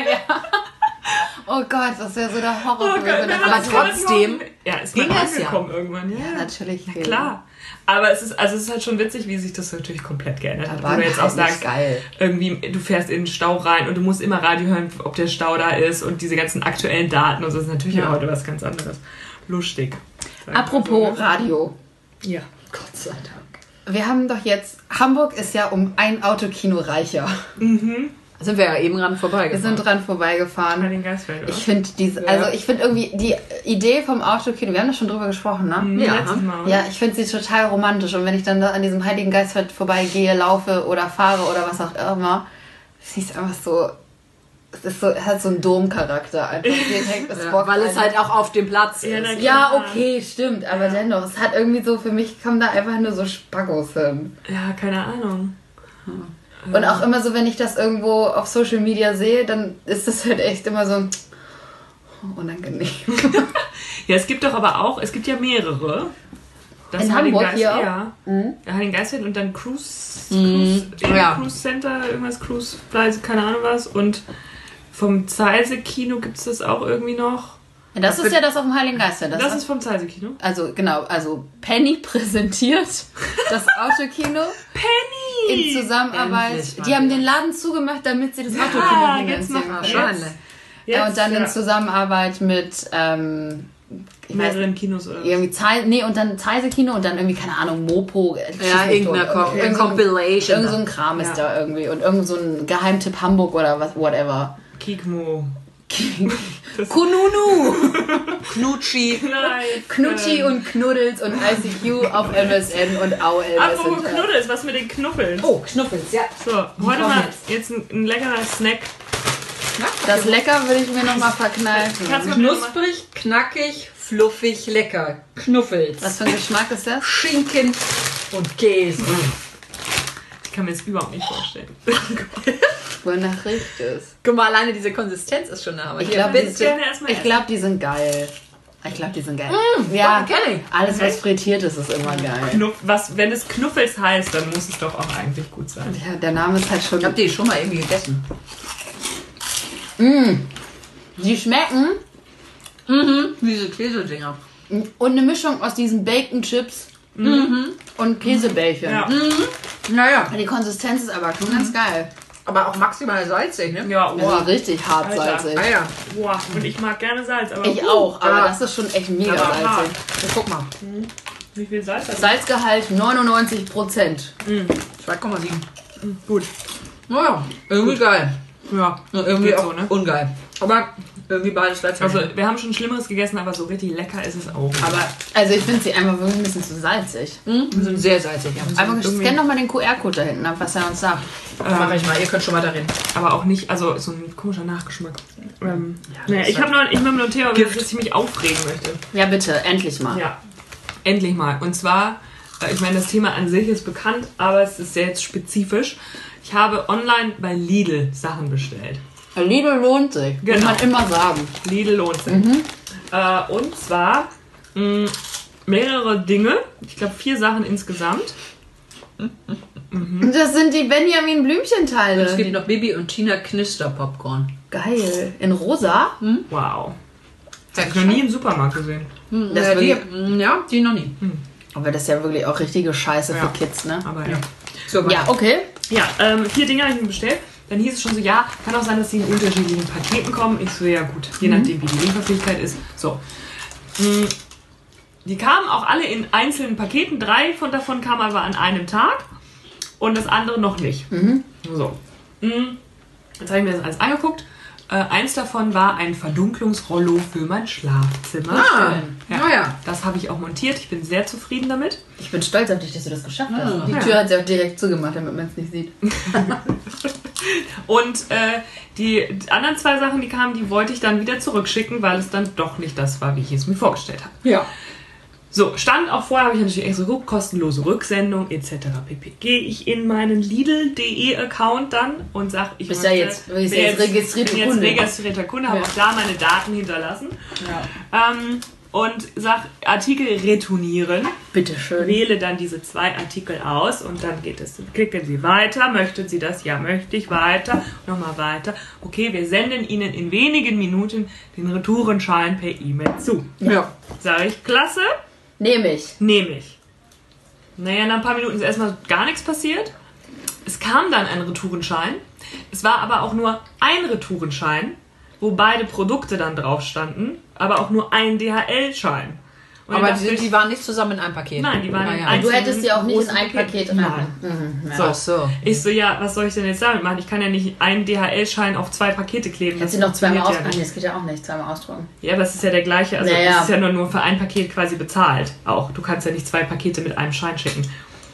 Oh Gott, das wäre so der Horror. Oh Gott, gewesen. ja, Das war aber so- trotzdem Ja, ist ging mal es ja. angekommen irgendwann. Ja, Ja, natürlich. Na klar. Aber es ist, also es ist halt schon witzig, wie sich das natürlich komplett geändert hat. Aber Wo du jetzt auch halt nicht sagst, geil. irgendwie, du fährst in den Stau rein und du musst immer Radio hören, ob der Stau da ist und diese ganzen aktuellen Daten und so. Das ist natürlich Ja. heute was ganz anderes. Lustig. Apropos Also, ne? Radio. Ja. Gott sei Dank. Wir haben doch jetzt, Hamburg ist ja um ein Autokino reicher. Da sind wir ja eben dran Wir vorbeigefahren. sind dran Bei vorbeigefahren. den Geistfeld, oder? Ich finde diese, also ich finde irgendwie die Idee vom Autokino, wir haben da schon drüber gesprochen, ne? Ja. Letztes Mal, oder? Ja, ich finde sie total romantisch und wenn ich dann da an diesem Heiligen Geistfeld vorbeigehe, laufe oder fahre oder was auch immer, sie ist einfach so, es ist so, hat so einen Domcharakter einfach. Direkt, es Ja, bockt weil es einen. halt auch auf dem Platz Ja, na ist. Ja, okay, stimmt, aber dennoch, es hat irgendwie so, für mich kommen da einfach nur so Spackos hin. Ja, keine Ahnung. Und auch immer so, wenn ich das irgendwo auf Social Media sehe, dann ist das halt echt immer so unangenehm. Ja, es gibt doch aber auch, es gibt ja mehrere. Das In Heiligen Hamburg Geist- hier auch? Ja. Mhm. Der Heiligen Geistfeld und dann Cruise, Mhm. Cruise, Ja. Cruise Center, irgendwas Cruise, keine Ahnung was. Und vom Zeise-Kino gibt es das auch irgendwie noch. Das ist ja das auf dem Heiligen Geistfeld. Das, Das, ist vom Zeise-Kino. also genau, also Penny präsentiert das Autokino Penny! in Zusammenarbeit. Endlich mal Die haben wieder. den Laden zugemacht, damit sie das Ja, Autokino jetzt finanzieren noch können. Wahrscheinlich. Ja, und dann ja. in Zusammenarbeit mit ähm, ich weiß, mehreren Kinos oder was? irgendwie Zei nee, und dann Zeise Kino und dann irgendwie, keine Ahnung, Mopo. äh, schieß Ja, mich irgendeine tot. Com- Irgend so ein- Compilation. Irgend so ein Kram ist Ja. da irgendwie. Und irgend so ein Geheimtipp Hamburg oder was, whatever. Kikmo. Kununu! Knutschi. Nein. Knutschi ähm, und Knuddels und I C Q auf M S N und A O L Apropos Messenger. Knuddels, was mit den Knuffeln? Oh, Knuffels, ja. So, heute kommen mal jetzt ein, ein leckerer Snack. Das lecker würde ich mir nochmal verknallen. Kannst du mir mal- Knusprig, knackig, fluffig, lecker. Knuffels. Was für ein Geschmack ist das? Schinken und Käse. Ich kann mir das überhaupt nicht vorstellen. Wonach riecht es? Guck mal, alleine diese Konsistenz ist schon da. Ich glaube, würde es gerne erstmal ich essen. glaub, die sind geil. Ich glaube, die sind geil. Mm, ja, kenn ich. alles was frittiert ist, ist immer geil. Knuff, was, wenn es Knuffels heißt, dann muss es doch auch eigentlich gut sein. Ja, der Name ist halt schon. Ich hab die schon mal irgendwie gegessen. Die schmecken Mhm. Diese Käsedinger. und eine Mischung aus diesen Bacon Chips und Käsebällchen. Ja, Naja, Die Konsistenz ist aber schon ganz geil. aber auch maximal salzig, ne? ja, Also boah. richtig hart Alter. salzig. Ah ja, boah. Und ich mag gerne Salz, aber Ich auch, aber Ja. das ist schon echt mega Aber hart. salzig. guck mal. wie viel Salz hat das? Salzgehalt neunundneunzig Prozent. zwei Komma sieben. Gut. Naja, irgendwie geil. Ja, Und irgendwie geht auch so, ne? ungeil. Aber irgendwie beides gleichzeitig. Also, wir haben schon Schlimmeres gegessen, aber so richtig lecker ist es auch. aber Also ich finde sie einfach wirklich ein bisschen zu salzig. die sind sehr salzig. Ja. Aber irgendwie- scan doch mal den Q R-Code da hinten ab, was er uns sagt. Mach ich mal, ihr könnt schon weiterreden. Aber auch nicht, also so ein komischer Nachgeschmack. Ähm, das naja, ist ich halt habe noch, ich hab noch ein Thema, Gift. über das ich mich aufregen möchte. Ja, bitte, endlich mal. Ja, endlich mal. Und zwar, äh, ich meine, das Thema an sich ist bekannt, aber es ist sehr jetzt spezifisch. Ich habe online bei Lidl Sachen bestellt. Lidl lohnt sich, muss Genau. man immer sagen. Lidl lohnt sich. Äh, und zwar mh, mehrere Dinge, ich glaube vier Sachen insgesamt. Das sind die Benjamin Blümchenteile. Es gibt noch Bibi und Tina Knister Popcorn. Geil. In rosa? Wow. Das habe ich noch nie im Supermarkt gesehen. Das ja, die, wirklich- ja, die noch nie. Aber das ist ja wirklich auch richtige Scheiße Ja. für Kids, ne? Aber ja. So, Ja, okay. Ja, ähm, vier Dinge habe ich mir bestellt. Dann hieß es schon so, ja, kann auch sein, dass sie in unterschiedlichen Paketen kommen. Ich so, ja gut, je nachdem, wie die Lieferfähigkeit ist. So. Mm, Die kamen auch alle in einzelnen Paketen. Drei von davon kamen aber an einem Tag und das andere noch nicht. So. Mm, Jetzt habe ich mir das alles angeguckt. Äh, eins davon war ein Verdunklungsrollo für mein Schlafzimmer. Ah, Ja, naja. Das habe ich auch montiert. Ich bin sehr zufrieden damit. Ich bin stolz auf dich, dass du das geschafft hast. Ja. Die Tür hat sie auch direkt zugemacht, damit man es nicht sieht. Und äh, die anderen zwei Sachen, die kamen, die wollte ich dann wieder zurückschicken, weil es dann doch nicht das war, wie ich es mir vorgestellt habe. Ja. So, stand auch vorher, habe ich natürlich extra geguckt, kostenlose Rücksendung et cetera pp. Gehe ich in meinen Lidl.de Account dann und sage, ich Bist ja jetzt, bin bist jetzt registrierter bin jetzt Kunde. registrierter Kunde, habe Ja. auch da meine Daten hinterlassen. Ja. Ähm, und sage, Artikel retournieren. Bitteschön. Wähle dann diese zwei Artikel aus und dann geht es. Klicken Sie weiter. Möchten Sie das? Ja, möchte ich. Weiter. Nochmal weiter. Okay, wir senden Ihnen in wenigen Minuten den Retourenschein per E-Mail zu. Ja. Sage ich, klasse. Nehme ich. Nehme ich. Naja, nach ein paar Minuten ist erstmal gar nichts passiert. Es kam dann ein Retourenschein. Es war aber auch nur ein Retourenschein, wo beide Produkte dann drauf standen, aber auch nur ein D H L-Schein. Und dann Aber dachte die, ich, die waren nicht zusammen in einem Paket. Nein, die waren Ah, in ja. einem- Du hättest die auch nicht in großen ein Paket Paket. rein. Mhm, ja. So. Ach so. Ich so, ja, was soll ich denn jetzt damit machen? Ich kann ja nicht einen D H L-Schein auf zwei Pakete kleben. Kannst du noch zweimal funktioniert ausdrucken? ja Das geht ja auch nicht, zweimal ausdrucken. nicht. Ja, aber es ist ja der gleiche. Also, Naja. es ist ja nur, nur für ein Paket quasi bezahlt. Auch. Du kannst ja nicht zwei Pakete mit einem Schein schicken.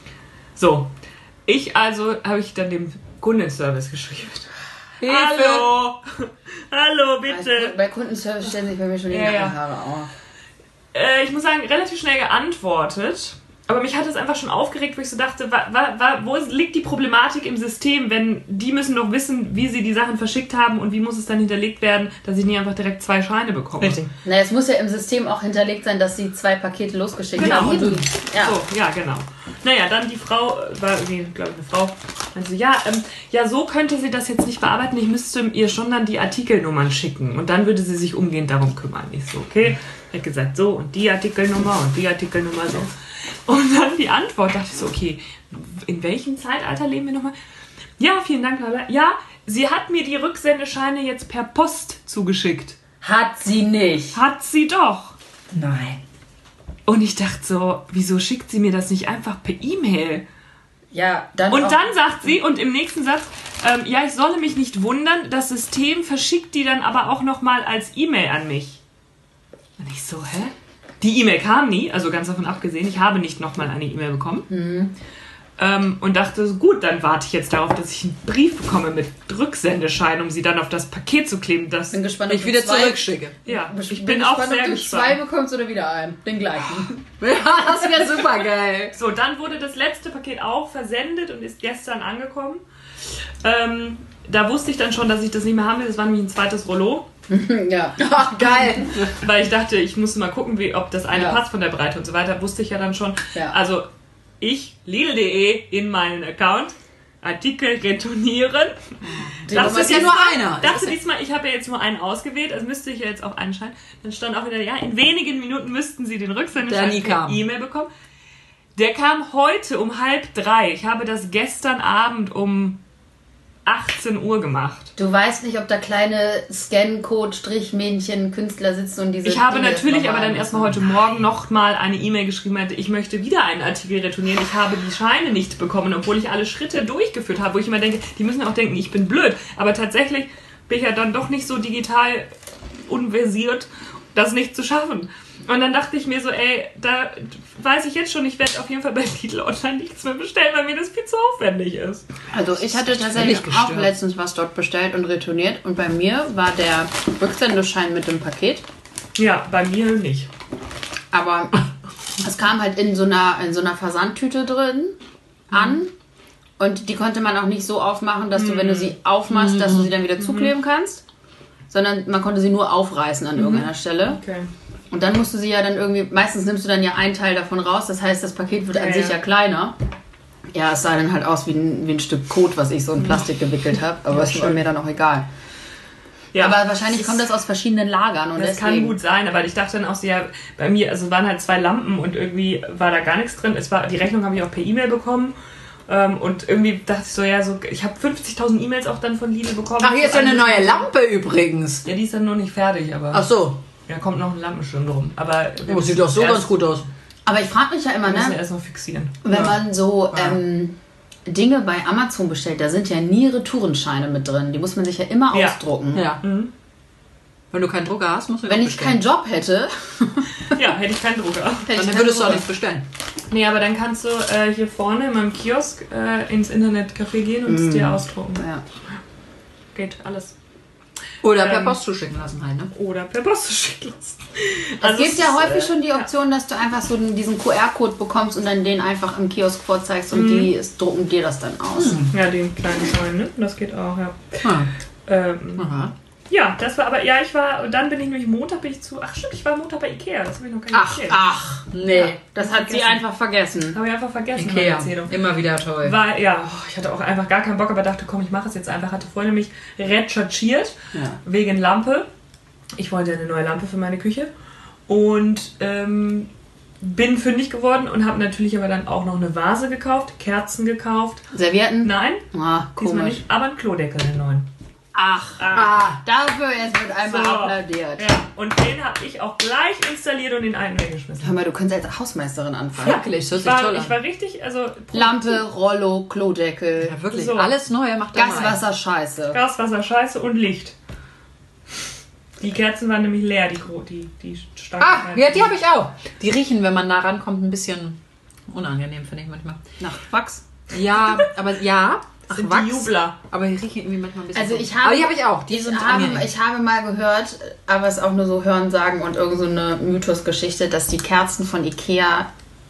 So. Ich also habe ich dann dem Kundenservice geschrieben. Hilfe. Hallo! Hallo, Bei, bitte! bei Kundenservice stellen sich bei mir schon die Ja, ja. Nackenhaare auf. Äh, ich muss sagen, relativ schnell geantwortet. Aber mich hat es einfach schon aufgeregt, wo ich so dachte, wa, wa, wa, wo ist, liegt die Problematik im System, wenn die müssen doch wissen, wie sie die Sachen verschickt haben und wie muss es dann hinterlegt werden, dass ich nie einfach direkt zwei Scheine bekomme. Richtig. Na, es muss ja im System auch hinterlegt sein, dass sie zwei Pakete losgeschickt Genau. haben. Und du, ja. So, ja, genau. Naja, dann die Frau, äh, war irgendwie, glaube ich, eine Frau, meinte so, ja, ähm, ja, so könnte sie das jetzt nicht bearbeiten, ich müsste ihr schon dann die Artikelnummern schicken und dann würde sie sich umgehend darum kümmern. Ich so, okay, hat gesagt, so und die Artikelnummer und die Artikelnummer so. Und dann die Antwort, dachte ich so, okay, in welchem Zeitalter leben wir nochmal? Ja, vielen Dank, bla bla. Ja, sie hat mir die Rücksendescheine jetzt per Post zugeschickt. Hat sie nicht. Hat sie doch. Nein. Und ich dachte so, wieso schickt sie mir das nicht einfach per E-Mail? Ja, dann Und auch, dann sagt sie, und im nächsten Satz, ähm, ja, ich solle mich nicht wundern, das System verschickt die dann aber auch nochmal als E-Mail an mich. Und ich so, hä? Die E-Mail kam nie, also ganz davon abgesehen, ich habe nicht nochmal eine E-Mail bekommen. Mhm. Ähm, und dachte, so, gut, dann warte ich jetzt darauf, dass ich einen Brief bekomme mit Rücksendeschein, um sie dann auf das Paket zu kleben. Das, bin gespannt, Ich ob wieder du zwei, zurückschicke. ja, ich bin, bin, auch gespannt, sehr ob du gespannt. zwei bekommst oder wieder einen. Den gleichen. Ja, das wäre super geil. So, dann wurde das letzte Paket auch versendet und ist gestern angekommen. Ähm, da wusste ich dann schon, dass ich das nicht mehr haben will. Das war nämlich ein zweites Rollo. Ja. Ach, geil. Weil ich dachte, ich muss mal gucken, wie, ob das eine Ja. passt von der Breite und so weiter. Wusste ich ja dann schon. Ja. Also ich, Lidl.de, in meinen Account, Artikel retournieren. Das ist ja nur einer. Dachte diesmal, ich habe ja jetzt nur einen ausgewählt, also müsste ich ja jetzt auch anscheinend. Dann stand auch wieder, ja, in wenigen Minuten müssten Sie den Der Rücksendeschein nie per kam. E-Mail bekommen. Der kam heute um halb drei. Ich habe das gestern Abend um achtzehn Uhr gemacht. Du weißt nicht, ob da kleine Scan-Code-Strichmännchen Künstler sitzen und diese Ich habe Dinge natürlich normal aber dann erstmal heute Morgen noch mal eine E-Mail geschrieben, hatte, ich möchte wieder einen Artikel retournieren. Ich habe die Scheine nicht bekommen, obwohl ich alle Schritte durchgeführt habe, wo ich immer denke, die müssen auch denken, ich bin blöd. Aber tatsächlich bin ich ja dann doch nicht so digital unversiert, das nicht zu schaffen. Und dann dachte ich mir so, ey, da weiß ich jetzt schon, ich werde auf jeden Fall bei Lidl Online nichts mehr bestellen, weil mir das viel zu aufwendig ist. Also ich hatte tatsächlich völlig auch gestört. letztens was dort bestellt und retourniert und bei mir war der Rücksendeschein mit dem Paket, Ja, bei mir nicht. aber es kam halt in so einer, in so einer Versandtüte drin an und die konnte man auch nicht so aufmachen, dass du, wenn du sie aufmachst, dass du sie dann wieder zukleben kannst, sondern man konnte sie nur aufreißen an irgendeiner Stelle. Okay. Und dann musst du sie ja dann irgendwie, meistens nimmst du dann ja einen Teil davon raus, das heißt, das Paket wird Ja, an sich ja. ja kleiner. Ja, es sah dann halt aus wie ein, wie ein Stück Kot, was ich so in Plastik gewickelt habe, aber es war mir dann auch egal. Ja, aber wahrscheinlich kommt das aus verschiedenen Lagern und Das deswegen... kann gut sein, aber ich dachte dann auch so, ja, bei mir, also waren halt zwei Lampen und irgendwie war da gar nichts drin. Es war, die Rechnung habe ich auch per E-Mail bekommen. Ähm, und irgendwie dachte ich so, ja, so, ich habe fünfzigtausend E-Mails auch dann von Lidl bekommen. Ach, hier ist ja eine neue Lampe übrigens. Ja, die ist dann noch nicht fertig, aber Ach so. da kommt noch ein Lampenschirm drum. Aber wir Oh, müssen sieht doch so erst, ganz gut aus. Aber ich frage mich ja immer, Wir müssen ne, erst noch fixieren. wenn man so, ähm, Dinge bei Amazon bestellt, da sind ja nie Retourenscheine mit drin. Die muss man sich ja immer Ja. ausdrucken. Ja. Mhm. Wenn du keinen Drucker hast, musst du Wenn den ich bestellen. keinen Job hätte, Ja, hätte ich keinen Drucker. hätte ich Dann keinen würdest du auch Drucker. nichts bestellen. Nee, aber dann kannst du äh, hier vorne in meinem Kiosk äh, ins Internetcafé gehen und es dir ausdrucken. Ja. Geht alles. Oder per Ähm, Post zuschicken lassen halt, ne? Oder per Post schicken lassen. Es gibt es ja ist, häufig äh, schon die Option, dass du einfach so diesen Q R-Code bekommst und dann den einfach im Kiosk vorzeigst und die es drucken dir das dann aus. Ja, den kleinen Schein, ne? Das geht auch, ja. Ah. Ähm, Aha. ja, das war aber, ja, ich war, und dann bin ich nämlich Montag bin ich zu, ach stimmt, ich war Montag bei Ikea, das habe ich noch gar nicht Ach, erzählt. ach, nee. Ja, das hat sie vergessen. einfach vergessen. Habe ich einfach vergessen, meine Ikea. Erzählung. Immer wieder toll. Weil, ja, oh, ich hatte auch einfach gar keinen Bock, aber dachte, komm, ich mache es jetzt einfach. Hatte vorhin nämlich recherchiert, Ja. wegen Lampe. Ich wollte eine neue Lampe für meine Küche. Und ähm, bin fündig geworden und habe natürlich aber dann auch noch eine Vase gekauft, Kerzen gekauft. Servietten? Nein, Ah, diesmal komisch. nicht, aber einen Klodeckel, den neuen. Ach, ah, dafür jetzt wird einmal So. applaudiert. Ja, und den habe ich auch gleich installiert und den einen weggeschmissen. Hör mal, du könntest als Hausmeisterin anfangen. Wirklich, das hört Ich sich war, toll ich war an. richtig, also Lampe, Rollo, Klodeckel, Ja, wirklich. So. Alles Neue macht er mal. Gaswasser, Scheiße. Gas, Wasser, Scheiße und Licht. Die Kerzen waren nämlich leer, die gro- die, die starken Ah, Kerzen. ja, die habe ich auch. Die riechen, wenn man nah rankommt, ein bisschen unangenehm, finde ich manchmal. Nach Wachs. Ja, aber ja. Ach, Sind Wachs. die Jubler. Aber die riechen irgendwie manchmal ein bisschen. Also so. ich habe- aber die habe ich auch. Die Ich sind habe, angenehm. ich habe mal gehört, aber es ist auch nur so Hörensagen und irgend so eine Mythosgeschichte, dass die Kerzen von Ikea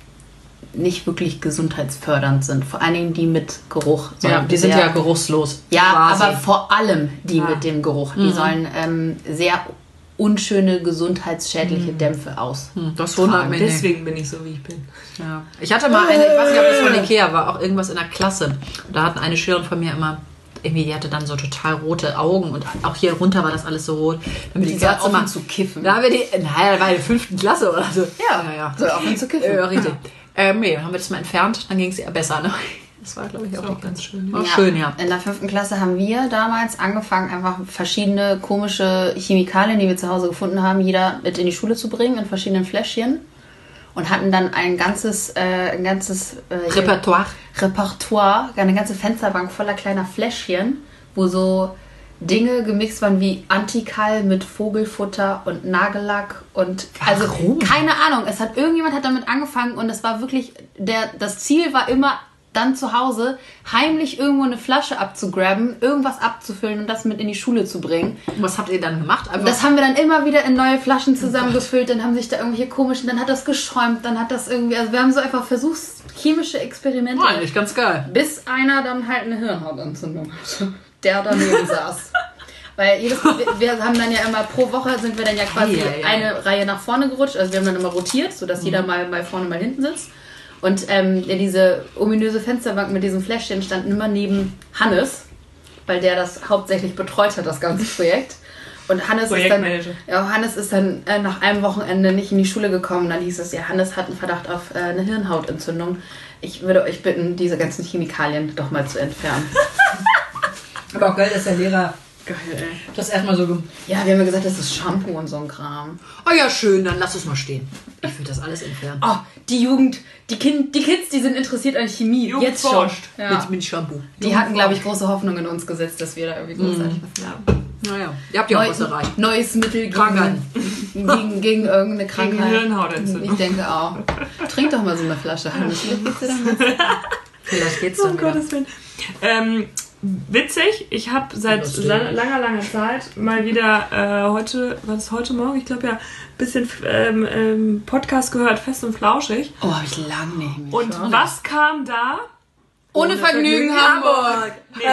nicht wirklich gesundheitsfördernd sind. Vor allen Dingen die mit Geruch. Ja, sollen die sind sehr- ja geruchslos. Ja, quasi. aber vor allem die Ah. mit dem Geruch. Die Mhm. sollen ähm, sehr unschöne gesundheitsschädliche Dämpfe aus. Hm, das wundert mich nicht. Deswegen bin ich so, wie ich bin. Ja. Ich hatte mal eine, ich weiß nicht, ob das von Ikea war, auch irgendwas in der Klasse. Und da hatten eine Schülerin von mir immer, irgendwie, die hatte dann so total rote Augen und auch hier runter war das alles so rot. Damit die Die soll Kerze mal aufhören zu kiffen. Da haben wir die, naja, da war in der fünften Klasse oder so. Ja, ja, ja. soll aufhören zu kiffen. Ja, richtig. Ähm, nee, dann haben wir das mal entfernt, dann ging es eher besser. Ne? Das war, glaube ich, auch, auch nicht ganz schön. War schön, ja. In der fünften Klasse haben wir damals angefangen, einfach verschiedene komische Chemikalien, die wir zu Hause gefunden haben, jeder mit in die Schule zu bringen, in verschiedenen Fläschchen. Und hatten dann ein ganzes, äh, ein ganzes äh, Repertoire. Repertoire, eine ganze Fensterbank voller kleiner Fläschchen, wo so Dinge gemixt waren wie Antikal mit Vogelfutter und Nagellack und also Warum? keine Ahnung. Es hat irgendjemand hat damit angefangen und es war wirklich der das Ziel war immer dann zu Hause heimlich irgendwo eine Flasche abzugraben, irgendwas abzufüllen und das mit in die Schule zu bringen. Und was habt ihr dann gemacht? Einfach Das haben wir dann immer wieder in neue Flaschen zusammengefüllt, dann haben sich da irgendwelche komischen, dann hat das geschäumt, dann hat das irgendwie, also wir haben so einfach versucht, chemische Experimente. war eigentlich ganz geil. Bis einer dann halt eine Hirnhautentzündung hatte, der daneben saß. Weil jedes, wir, wir haben dann ja immer pro Woche sind wir dann ja quasi Ja, ja, ja. eine Reihe nach vorne gerutscht. Also wir haben dann immer rotiert, sodass jeder mal, mal vorne, mal hinten sitzt. Und ähm, ja, diese ominöse Fensterbank mit diesem Fläschchen stand immer neben Hannes, weil der das hauptsächlich betreut hat, das ganze Projekt. Und Hannes ist dann, Projektmanager. ja, Hannes ist dann äh, nach einem Wochenende nicht in die Schule gekommen. Dann hieß es, ja, Hannes hat einen Verdacht auf äh, eine Hirnhautentzündung. Ich würde euch bitten, diese ganzen Chemikalien doch mal zu entfernen. Aber auch geil, dass der Lehrer Geil, ey. das erstmal so. gem- Ja, wir haben ja gesagt, das ist Shampoo und so ein Kram. Oh ja, schön, dann lass es mal stehen. Ich würde das alles entfernen. Oh, die Jugend, die, kind, die Kids, die sind interessiert an Chemie. Jugend Jetzt schon. forscht. Ja. Mit, mit Shampoo. Die hatten, glaube ich, große Hoffnung in uns gesetzt, dass wir da irgendwie großartig was haben. Naja, ihr habt ja auch was erreicht. Neues Mittel gegen, Krankheiten. gegen, gegen irgendeine Krankheit. Hirnhautentzündung. Ich denke auch. Trink doch mal so eine Flasche, Hannes. Vielleicht geht's dir dann besser. Vielleicht geht's Oh, dann um wieder. Gottes Willen. Ähm, witzig, ich habe seit Lustig. sa- langer, langer Zeit mal wieder äh, heute, war das heute Morgen? Ich glaube ja, ein bisschen ähm, ähm, Podcast gehört, fest und flauschig. Oh, habe ich lange nicht mehr. Und was kam da? Ohne Vergnügen, Hamburg.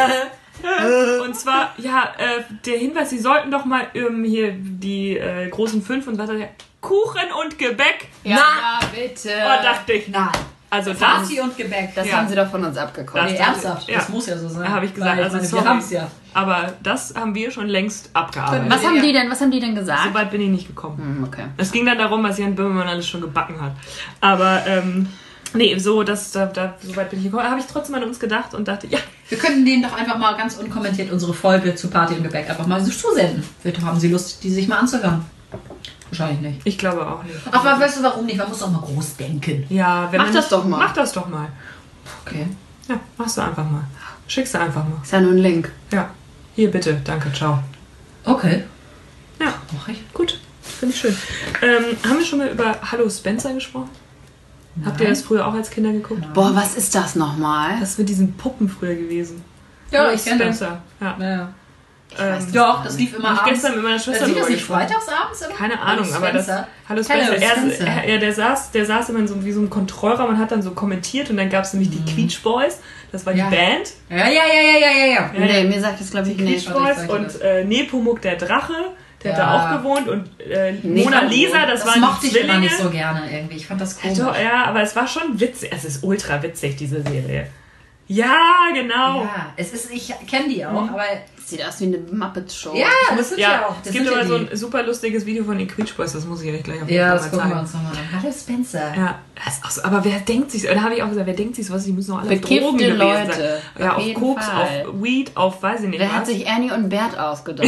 Nee. Und zwar, ja, äh, der Hinweis, Sie sollten doch mal ähm, hier die äh, großen fünf und was hat der? Kuchen und Gebäck. Ja, ja, bitte. Oh, dachte ich. Nein. Also das Party und Gebäck. Das Ja. haben sie doch von uns abgekommen. Das- Nee, ernsthaft. Ja. Das muss ja so sein. Da habe ich gesagt, Weil, also meine, sorry. wir haben's ja. Aber das haben wir schon längst abgearbeitet. Was haben die denn, was haben die denn gesagt? So weit bin ich nicht gekommen. Hm, okay. Es ging dann darum, was Jan Böhmermann alles schon gebacken hat. Aber, ähm, nee, so, das, da, da, so weit bin ich gekommen. Da habe ich trotzdem an uns gedacht und dachte, ja, Wir könnten denen doch einfach mal ganz unkommentiert unsere Folge zu Party und Gebäck einfach mal so zusenden. Vielleicht haben sie Lust, die sich mal anzuhören. Wahrscheinlich nicht. ich glaube auch nicht. Aber weißt du warum nicht? Man muss doch mal groß denken. Ja, wenn Mach man das nicht, doch mal. Mach das doch mal. Okay. Ja, machst du einfach mal. Schickst du einfach mal. Ist ja nur ein Link. Ja. Hier, bitte. Danke, ciao. Okay. Ja, Mach ich. gut. Finde ich schön. Ähm, haben wir schon mal über Hallo Spencer gesprochen? Nein. Habt ihr das früher auch als Kinder geguckt? Nein. Boah, was ist das nochmal? Das ist mit diesen Puppen früher gewesen. Ja, Hallo ich kenne das. Spencer. Ja. Ja. Ähm, Doch, das lief immer ich abends. gestern mit meiner Schwester Sieht das drüber nicht gesprochen. freitags abends immer? Keine Ahnung, Hallo aber das. Spencer. Hallo Spencer. Hallo Er, Spencer. er, ja, der saß, der saß immer in so wie so einem Kontrollraum und hat dann so kommentiert und dann gab es nämlich die Quietsch Boys. Das war Ja. die Band. Ja, ja, ja, ja, ja, ja, ja. Ja, Nee, mir sagt das glaube ich Die nicht. Quietsch warte, ich Boys sag dir und äh, Nepomuk der Drache. Der Ja. hat da auch gewohnt und äh, Nee, Mona Lisa, das, Das waren mochte die ich Zwillinge. immer nicht so gerne irgendwie. Ich fand das komisch. Doch, ja, aber es war schon witzig. Es ist ultra witzig, diese Serie. Ja, genau. Ja, es ist, ich kenne die auch, aber Sieht aus wie eine Muppet-Show. ja, das sind ja, Ja, auch. es Das gibt sind ja aber so die. ein super lustiges Video von den Quietsch Boys, das muss ich euch gleich auf jeden Ja, Fall das mal gucken wir zeigen. uns nochmal an. Hallo Spencer. Ja, das ist auch so, aber wer denkt sich, da habe ich auch gesagt, wer denkt sich sowas, die müssen doch alle auf Bekiffte Drogen gewesen Leute, sein. Ja, auf auf jeden Koks, Fall. auf Weed, auf weiß ich nicht Wer was. hat sich Ernie und Bert ausgedacht?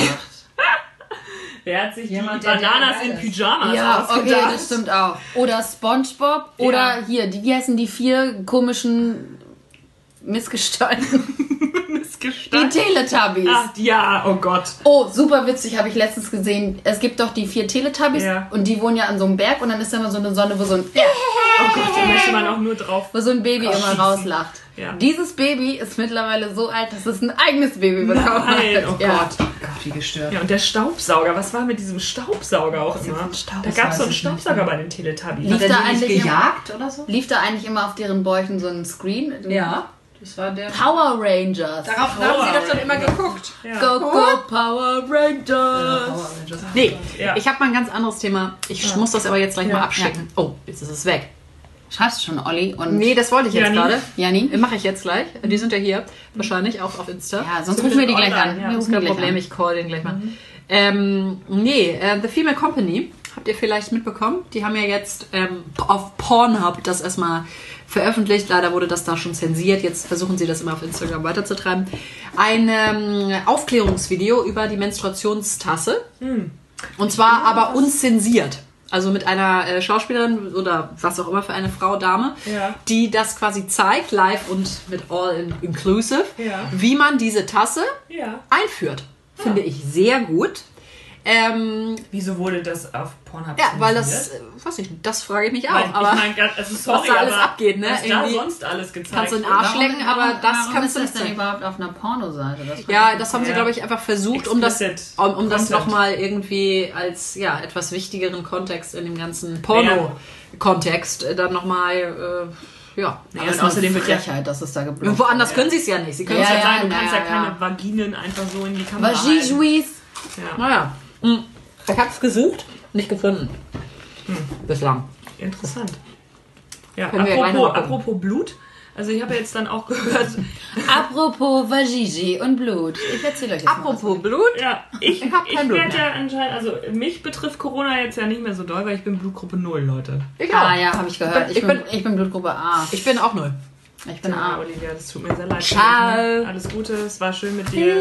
wer hat sich Jemand, die der Bananas geil in ist. Pyjamas Ja, okay, ausgedacht? das stimmt auch. Oder SpongeBob. Oder Ja. hier, die, wie heißen die vier komischen Missgestalten? Die Missgestaltet. Teletubbies. Ach, ja, oh Gott. Oh, super witzig, habe ich letztens gesehen. Es gibt doch die vier Teletubbies Ja. und die wohnen ja an so einem Berg und dann ist da immer so eine Sonne, wo so ein, Oh Gott, da möchte man auch nur drauf. wo so ein Baby immer schießen. rauslacht. Ja. Dieses Baby ist mittlerweile so alt, dass es ein eigenes Baby bekommen Nein, hat. oh Ja. Gott. Gott, wie gestört. Ja, und der Staubsauger, was war mit diesem Staubsauger auch immer? ein Staubsauger? Da gab es so einen weiß ich nicht Staubsauger mehr. bei den Teletubbies. Lief Hat da er die nicht eigentlich immer- gejagt oder so? Lief da eigentlich immer auf deren Bäuchen so ein Screen? Ja, das war der. Power Rangers. Darauf da haben sie doch dann immer geguckt. Ja. Go, go, Power Rangers. Nee, Ja. ich habe mal ein ganz anderes Thema. Ich muss das aber jetzt gleich mal abschicken. Oh, jetzt ist es weg. Schreibst du schon, Olli? Und Nee, das wollte ich jetzt Jani? gerade. Janni? Mache ich jetzt gleich. Die sind ja hier. Wahrscheinlich auch auf Insta. Ja, sonst Sind rufen wir die online, gleich an. ja. Wir Das ist rufen kein die gleich Problem, an. ich call den gleich mal. Ähm, nee, äh, The Female Company, habt ihr vielleicht mitbekommen? Die haben ja jetzt ähm, auf Pornhub das erstmal veröffentlicht. Leider wurde das da schon zensiert. Jetzt versuchen sie das immer auf Instagram weiterzutreiben. Ein ähm, Aufklärungsvideo über die Menstruationstasse. Und zwar aber unzensiert. Also mit einer äh, Schauspielerin oder was auch immer für eine Frau, Dame, Ja. die das quasi zeigt, live und mit all in inclusive, Ja. wie man diese Tasse Ja. einführt. Finde ich sehr gut. Ähm, Wieso wurde das auf Pornhub ja, weil das, zensiert? äh, weiß ich, das frage ich mich auch. Weil, aber ich meine, also sorry, was da alles aber abgeht, ne? was da Irgendwie sonst alles gezeigt kannst du einen wird. Arsch lecken, aber das warum kannst du ist das nicht denn zeigen. überhaupt auf einer Pornoseite? Das frag Ja, ich das mich. haben sie, Ja. glaube ich, einfach versucht, um das, Explicit um, um das Content. nochmal irgendwie als ja, etwas wichtigeren Kontext in dem ganzen Porno-Kontext äh, dann nochmal, äh, ja. Ja, Aber und es ist eine außerdem wird ja, Frechheit, dass es da geblockt Woanders Ja. können sie es ja nicht. Sie können muss es ja, ja, Ja, sagen, du ja, kannst ja, ja, keine ja. Vaginen einfach so in die Kamera halten. Vagijuis. Ja, Naja. Hm. Ich habe es gesucht, nicht gefunden. Bislang. interessant. Ja, Können wir gleich noch apropos, mal gucken. apropos Blut, also ich habe ja jetzt dann auch gehört, Apropos Vagigi und Blut. Ich erzähle euch jetzt Apropos Blut. ja, ich, Ich hab kein ich Blut werde mehr. ja anscheinend, also mich betrifft Corona jetzt ja nicht mehr so doll, weil ich bin Blutgruppe null, Leute. Ich mal was. auch. Ah ja, habe ich gehört. Ich, Ich bin, bin- ich bin Blutgruppe A. Ich bin auch null. Ich bin Ja, A. Olivia, das tut mir sehr leid. Ciao. Alles Gute, es war schön mit dir.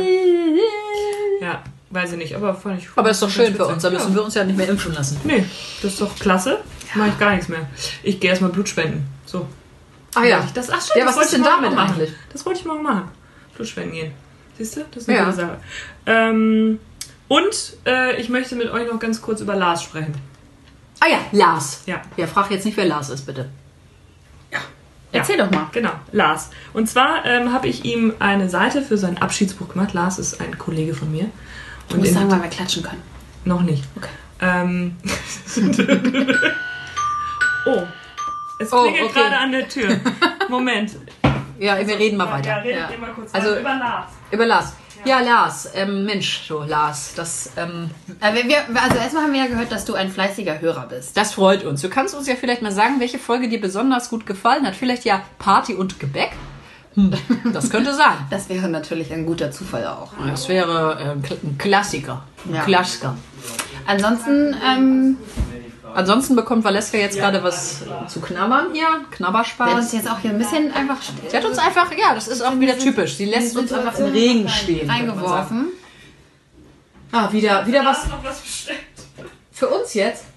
Ja, weiß ich nicht, aber fand ich. Aber ist doch schön für uns, da Ja. müssen wir uns ja nicht mehr impfen lassen. Nee, das ist doch klasse. Mache ich gar nichts mehr. Ich gehe erstmal Blut spenden. So. Ach ja. Ich das, ach stimmt, Ja, das was wollte ist denn ich morgen damit machen. eigentlich? Das wollte ich morgen machen. Blut spenden gehen. Siehst du? Das ist eine Ja. gute Sache. Ähm, und äh, ich möchte mit euch noch ganz kurz über Lars sprechen. Ah ja, Lars. Ja. Ja, frag jetzt nicht, wer Lars ist, bitte. Erzähl doch mal. Genau, Lars. Und zwar ähm, habe ich ihm eine Seite für sein Abschiedsbuch gemacht. Lars ist ein Kollege von mir. Du Und musst in- sagen, weil wir klatschen können. Noch nicht. Okay. Ähm. oh. Es Oh, klingelt okay. gerade an der Tür. Moment. Ja, wir reden mal Ja, weiter. redet Ja. ihr mal kurz Also- weiter über Lars. Über Lars. Ja, Lars. Ähm, Mensch, so Lars. Das, ähm, Äh, wir, wir- also erstmal haben wir ja gehört, dass du ein fleißiger Hörer bist. das freut uns. Du kannst uns ja vielleicht mal sagen, welche Folge dir besonders gut gefallen hat. Vielleicht ja Party und Gebäck. Hm, das könnte sein. Das wäre natürlich ein guter Zufall auch. Das wäre äh, ein Klassiker. Ein Ja. Klassiker. Ansonsten, ähm, Ansonsten bekommt Valeska jetzt gerade was zu knabbern hier. der hat uns Knabberspaß. jetzt auch hier ein bisschen einfach Sie hat uns einfach, ja, das ist auch wieder typisch. Sie lässt uns einfach im Regen stehen. könnte man sagen. reingeworfen. Ah, wieder, wieder was Hast noch was bestellt? für uns jetzt.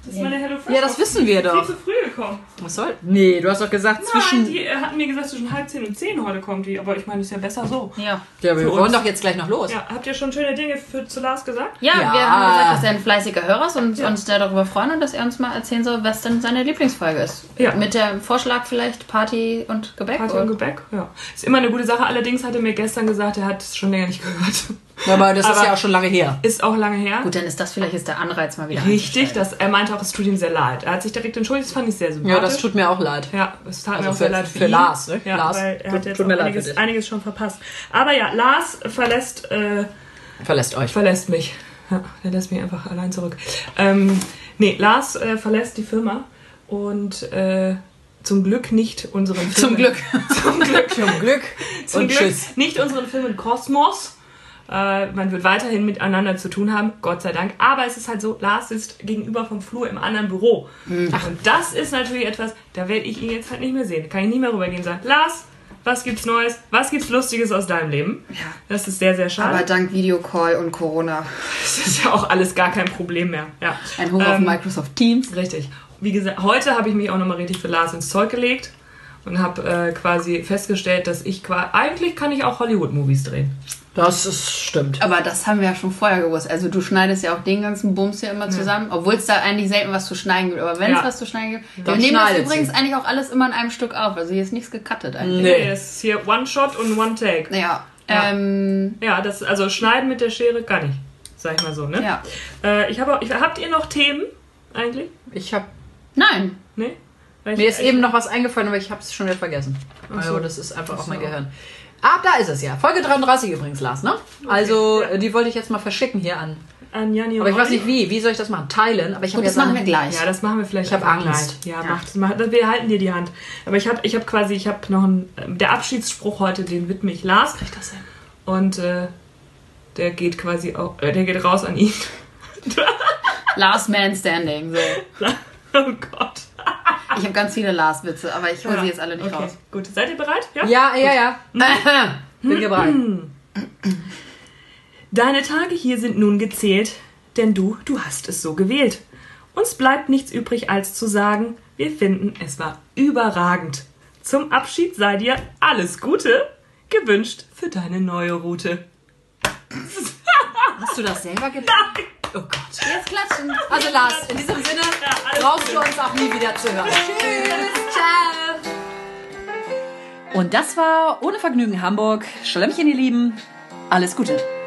Das ist meine HelloFresh. Ja, das wissen wir doch. Viel zu früh gekommen. Was soll? Nee, du hast doch gesagt zwischen... Nein, die äh, hatten mir gesagt, zwischen halb zehn und zehn heute kommt die. Aber ich meine, das ist ja besser so. Ja. Ja, wir Für wollen uns. doch jetzt gleich noch los. Ja, habt ihr schon schöne Dinge für, zu Lars gesagt? Ja, Ja. wir haben gesagt, dass er ein fleißiger Hörer ist und Ja. uns sehr darüber freuen und dass er uns mal erzählen soll, was denn seine Lieblingsfolge ist. Ja. Mit dem Vorschlag vielleicht Party und Gebäck. Party oder? und Gebäck, ja. Ist immer eine gute Sache. Allerdings hat er mir gestern gesagt, er hat es schon länger nicht gehört. Aber das ist Aber- ja auch schon lange her. Ist auch lange her. Gut, dann ist das vielleicht jetzt der Anreiz mal wieder. Richtig, einzusteigen. das, er meinte auch, es tut ihm sehr leid. Er hat sich direkt entschuldigt, das fand ich sehr sympathisch. Ja, das tut mir auch leid. Ja, es tat Also mir auch für- sehr leid für, für ihn. Lars, ne? Ja, Lars, weil er tut- hat jetzt tut mir auch leid für einiges, dich. einiges schon verpasst. Aber ja, Lars verlässt, äh, Verlässt euch. verlässt mich. Ja, er lässt mich einfach allein zurück. Ähm, nee, Lars äh, verlässt die Firma und äh, zum Glück nicht unseren Filmen. Zum Glück. Zum Glück. Zum Glück. Zum und Glück tschüss. nicht unseren Filmen Kosmos. Äh, man wird weiterhin miteinander zu tun haben, Gott sei Dank. Aber es ist halt so, Lars sitzt gegenüber vom Flur im anderen Büro. Ach. Und das ist natürlich etwas, da werde ich ihn jetzt halt nicht mehr sehen. Kann ich nicht mehr rübergehen und sagen, Lars, was gibt's Neues? Was gibt's Lustiges aus deinem Leben? Ja. Das ist sehr, sehr schade. Aber dank Videocall und Corona. Das ist ja auch alles gar kein Problem mehr. Ja. Ein Hoch auf Ähm, Microsoft Teams. Richtig. Wie gesagt, heute habe ich mich auch nochmal richtig für Lars ins Zeug gelegt und habe äh, quasi festgestellt, dass ich quasi, eigentlich kann ich auch Hollywood-Movies drehen. Das ist, stimmt. Aber das haben wir ja schon vorher gewusst. Also du schneidest ja auch den ganzen Bums ja immer zusammen, obwohl es da eigentlich selten was zu schneiden gibt. Aber wenn es Ja. was zu schneiden gibt, wir Dann nehmen das schneidet übrigens sie. eigentlich auch alles immer in einem Stück auf. Also hier ist nichts gecuttet eigentlich. Nee. Nee, das ist hier One-Shot und One-Take. Ja. Ja. Ähm, Ja, das, also schneiden mit der Schere kann ich. Sag ich mal so, ne? ja. Äh, ich habe auch, ich, habt ihr noch Themen eigentlich? Ich hab... Nein. Nee? Weil ich- Mir ist ich- eben noch was eingefallen, aber ich habe es schon wieder vergessen. Ach so. Also das ist einfach Das auch mein ist auch- Gehirn. Ah, da ist es ja. Folge dreiunddreißig übrigens, Lars, ne? Also, ja. äh, die wollte ich jetzt mal verschicken hier an. An Janni Aber ich und weiß Olli. nicht wie. Wie soll ich das machen? Teilen? Aber ich habe Gut, das jetzt machen wir gleich. Ja, das machen wir vielleicht. Ich hab einfach Angst. gleich. Ja, Ja. macht, macht, wir halten dir die Hand. Aber ich habe ich hab quasi, ich habe noch einen, der Abschiedsspruch heute, den widme ich Lars. Krieg das hin. Und äh, der geht quasi auch, äh, der geht raus an ihn. Last Man Standing. So. Oh Gott. Ich habe ganz viele Last-Witze, aber ich hole sie jetzt alle nicht okay. raus. Gut, seid ihr bereit? Ja? Ja, ja, ja. Bin bereit. Deine Tage hier sind nun gezählt, denn du, du hast es so gewählt. Uns bleibt nichts übrig, als zu sagen, wir finden, es war überragend. Zum Abschied sei dir alles Gute gewünscht für deine neue Route. Hast du das selber gedacht? Oh Gott. Jetzt klatschen. Also Lars, in diesem Sinne Ja, alles brauchst Gute. du uns auch nie wieder zu hören. Tschüss. Ciao. Und das war Ohne Vergnügen Hamburg. Schlemmchen, ihr Lieben. Alles Gute.